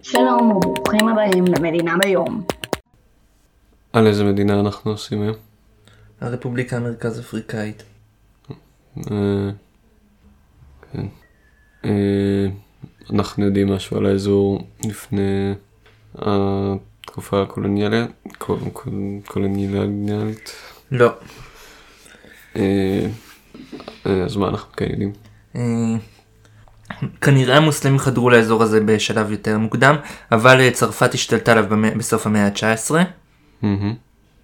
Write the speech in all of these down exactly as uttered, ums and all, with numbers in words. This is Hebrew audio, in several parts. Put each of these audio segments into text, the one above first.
שלום וברוכים הבאים למדינה ביום. על איזה מדינה אנחנו עושים היום? הרפובליקה המרכז אפריקאית. אה, כן. אה, אנחנו יודעים משהו על האזור לפני התקופה הקולוניאלית? קול- קול- קולוניאלית? לא. אה, אה, אז מה אנחנו כן יודעים? אה, כנראה המוסלמים חדרו לאזור הזה בשלב יותר מוקדם, אבל אה, צרפת השתלטה עליו במ- בסוף המאה ה-תשע עשרה, מהמם.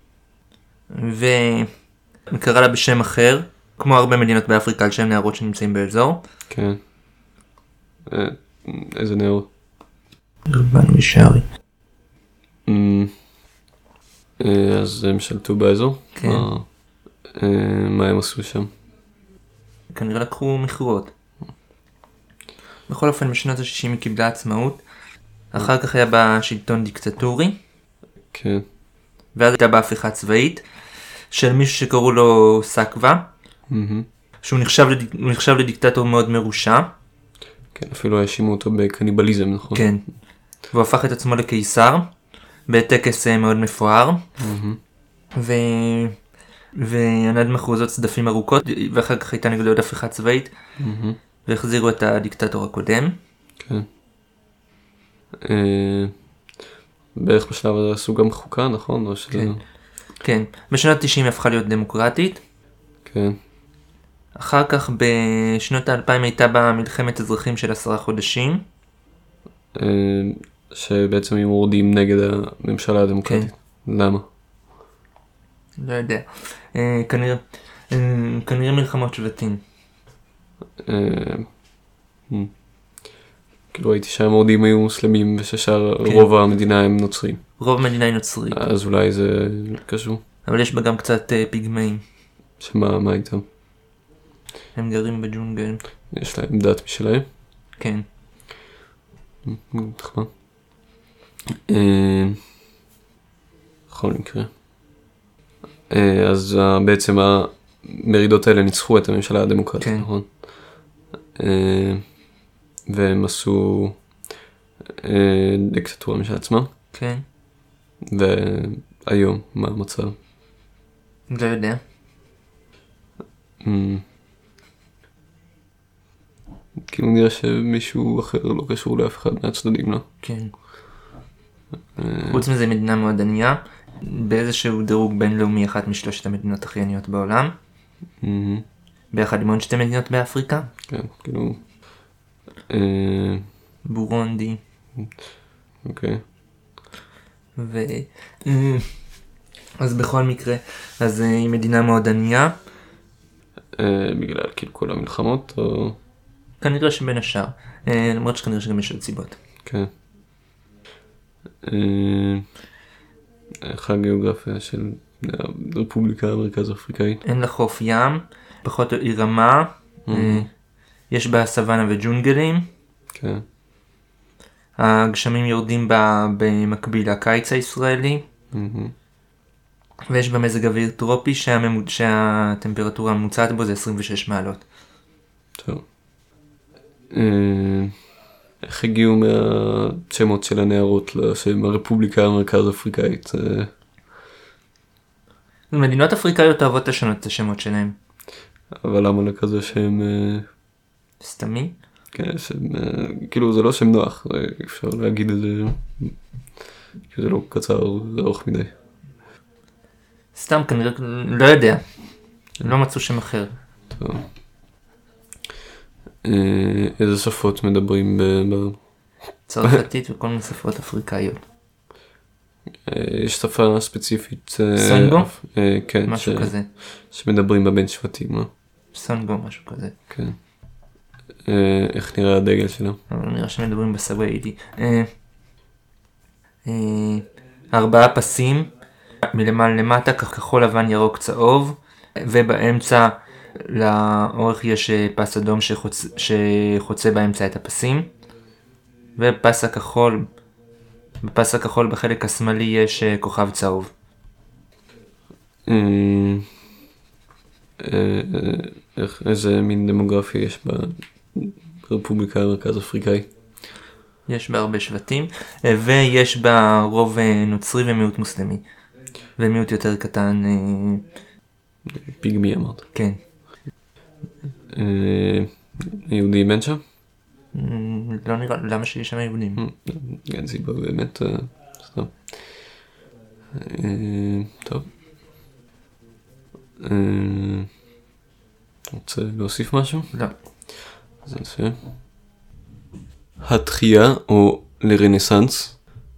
וקרא לה בשם אחר, כמו הרבה מדינות באפריקה על שם נהרות שנמצאים באזור. כן. אה, איזה נאור? רבן ושארי. אמ, אה, אז הם שלטו באזור? כן. מה- אה, מה הם עשו שם? כנראה לקחו מכרות. בכל אופן, בשנות ה-שישים היא קיבלה עצמאות, אחר כך היה בה שלטון דיקטטורי, כן. ואז הייתה בה הפיכה צבאית של מישהו שקראו לו סקווה, מהמם. שהוא נחשב, לדיק... הוא נחשב לדיקטטור מאוד מרושע. כן, אפילו האשימו אותו בקניבליזם, נכון? כן. והוא הפך את עצמו לקיסר, בטקס אה, מאוד מפואר, מהמם. ו... וענד מחרוזות צדפים ארוכות, ואחר כך הייתה נגדו עוד הפיכה צבאית, מהמם. והחזירו את הדיקטטור הקודם. כן. אה, בערך בשלב הזה עשו גם חוקה, נכון? או שזה... כן. כן. בשנות ה-תשעים היא הפכה להיות דמוקרטית. כן. אחר כך בשנות ה-אלפיים הייתה בה מלחמת אזרחים של עשרה חודשים. אה, שבעצם הם מורדים נגד הממשלה הדמוקרטית. למה? לא יודע. אה, כנראה, אה, כנראה מלחמות שבטים. אה, hmm. כאילו ראיתי שהמורדים היו מוסלמים וששאר כן. רוב המדינה הם נוצרים. רוב המדינה היא נוצרית, אז אולי זה קשור. אבל יש בה גם קצת אה, פיגמאים. שמה מה איתם? הם גרים בג'ונגל. יש להם דת משלהם? כן. נכון. אה, בכל מקרה. אה, אז אה, בעצם המרידות האלה ניצחו את הממשלה הדמוקרטית, כן. נכון? אה, והם עשו אה, דיקטטורה משל עצמם, כן. והיום מה המצב? לא יודע. אמ, כאילו נראה שמישהו אחר לא קשור לאף אחד מהצדדים, לא? כן. אה, חוץ מזה מדינה מאוד ענייה, באיזשהו דירוג בינלאומי אחת משלושת המדינות הכי עניות בעולם, אמ, ביחד עם עוד שתי מדינות באפריקה, כן, כאילו... אה, בורונדי, אוקיי. ו... אה, אז בכל מקרה, אז אה, היא מדינה מאוד ענייה, אה, בגלל כאילו כל המלחמות, או... כנראה שבין השאר, אה, למרות שכנראה שגם יש עוד סיבות. כן. אה, איך הגיאוגרפיה של הרפובליקה המרכז אפריקאית? אין לה חוף ים, פחות היא רמה, אה, יש בה סוואנה וג'ונגלים, כן. הגשמים יורדים בה במקביל לקיץ הישראלי, מהמם. ויש בה מזג אוויר טרופי שהממוד... שהטמפרטורה הממוצעת בו זה עשרים ושש מעלות. טוב. אה, איך הגיעו מהשמות של הנערות לשם הרפובליקה המרכז אפריקאית? אה, מדינות אפריקאיות אוהבות לשנות את השמות שלהם. אבל למה לכזה שם... אה, סתמי? כן, שם... אה, כאילו זה לא שם נוח, זה- אפשר להגיד את זה... כי זה לא קצר, זה ארוך מדי. סתם כנראה, לא יודע. לא מצאו שם אחר. טוב. אה, איזה שפות מדברים ב... ב- צרפתית וכל מיני שפות אפריקאיות. אה, יש שפה ספציפית... אה, סונגו? אה, כן, משהו ש- כזה. שמדברים בה בין שבטים, לא? סונגו, משהו כזה. כן. אה, איך נראה הדגל שלה? אבל נראה שמדברים בסוויידי. אה, אה, ארבעה פסים, מלמעלה למטה, כחול לבן ירוק צהוב, ובאמצע לאורך יש אה, פס אדום שחוצ... שחוצה באמצע את הפסים, ופס הכחול, בפס הכחול בחלק השמאלי יש אה, כוכב צהוב. אה, אה, איך- איזה מין דמוגרפיה יש ברפובליקה המרכז אפריקאית? יש בה הרבה שבטים, ויש בה רוב נוצרי ומיעוט מוסלמי. ומיעוט יותר קטן. פיגמי אמרת. כן. יהודי בן שם? לא נראה, למה שיש שם יהודים? אין סיבה באמת, סתם. טוב. רוצה להוסיף משהו? לא. אז נעשה. התחייה או לרנסנס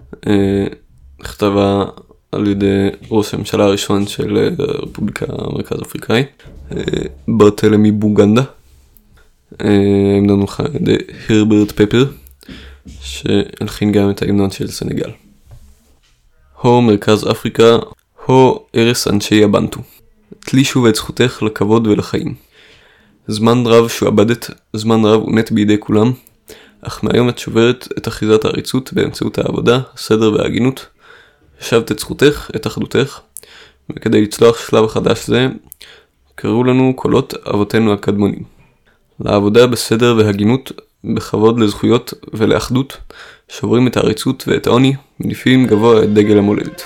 נכתבה על ידי ראש הממשלה הראשון של הרפובליקה המרכז אפריקאית, ברטלמי בוגנדה. המנון הולכה על ידי הרברט פפר, שהלחין גם את ההמנון של סנגל. הו מרכז אפריקה, הו ארץ אנשי הבנטו, תלישו את זכותך לכבוד ולחיים. זמן רב שועבדת, זמן רב ומת בידי כולם, אך מהיום את שוברת את אחיזת העריצות באמצעות העבודה, הסדר וההגינות. השבת את זכותך, את אחדותך, וכדי לצלוח שלב חדש זה, קראו לנו קולות אבותינו הקדמונים. לעבודה בסדר והגינות, בכבוד לזכויות ולאחדות, שוברים את העריצות ואת העוני, מניפים גבוה את דגל המולדת.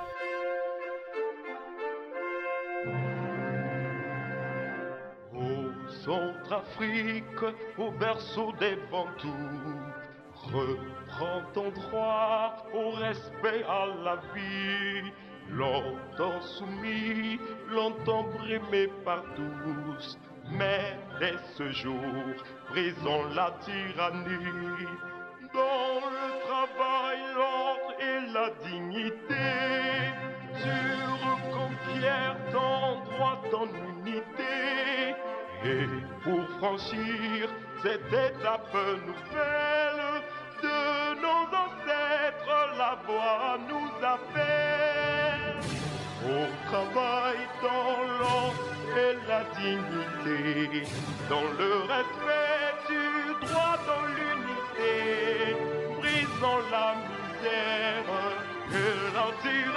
Centrafrique, au berceau des Bantous, reprends ton droit au respect à la vie. Longtemps soumis, longtemps brimé par tous, mais dès ce jour, brisons la tyrannie. Dans le travail, l'ordre et la dignité, sur conquiert ton droit, ton unité. Et pour franchir cette étape nouvelle de nos ancêtres, la voix nous appelle. Au travail, dans l'ordre et la dignité, dans le respect du droit, dans l'unité, brisons la misère et la tyrannie.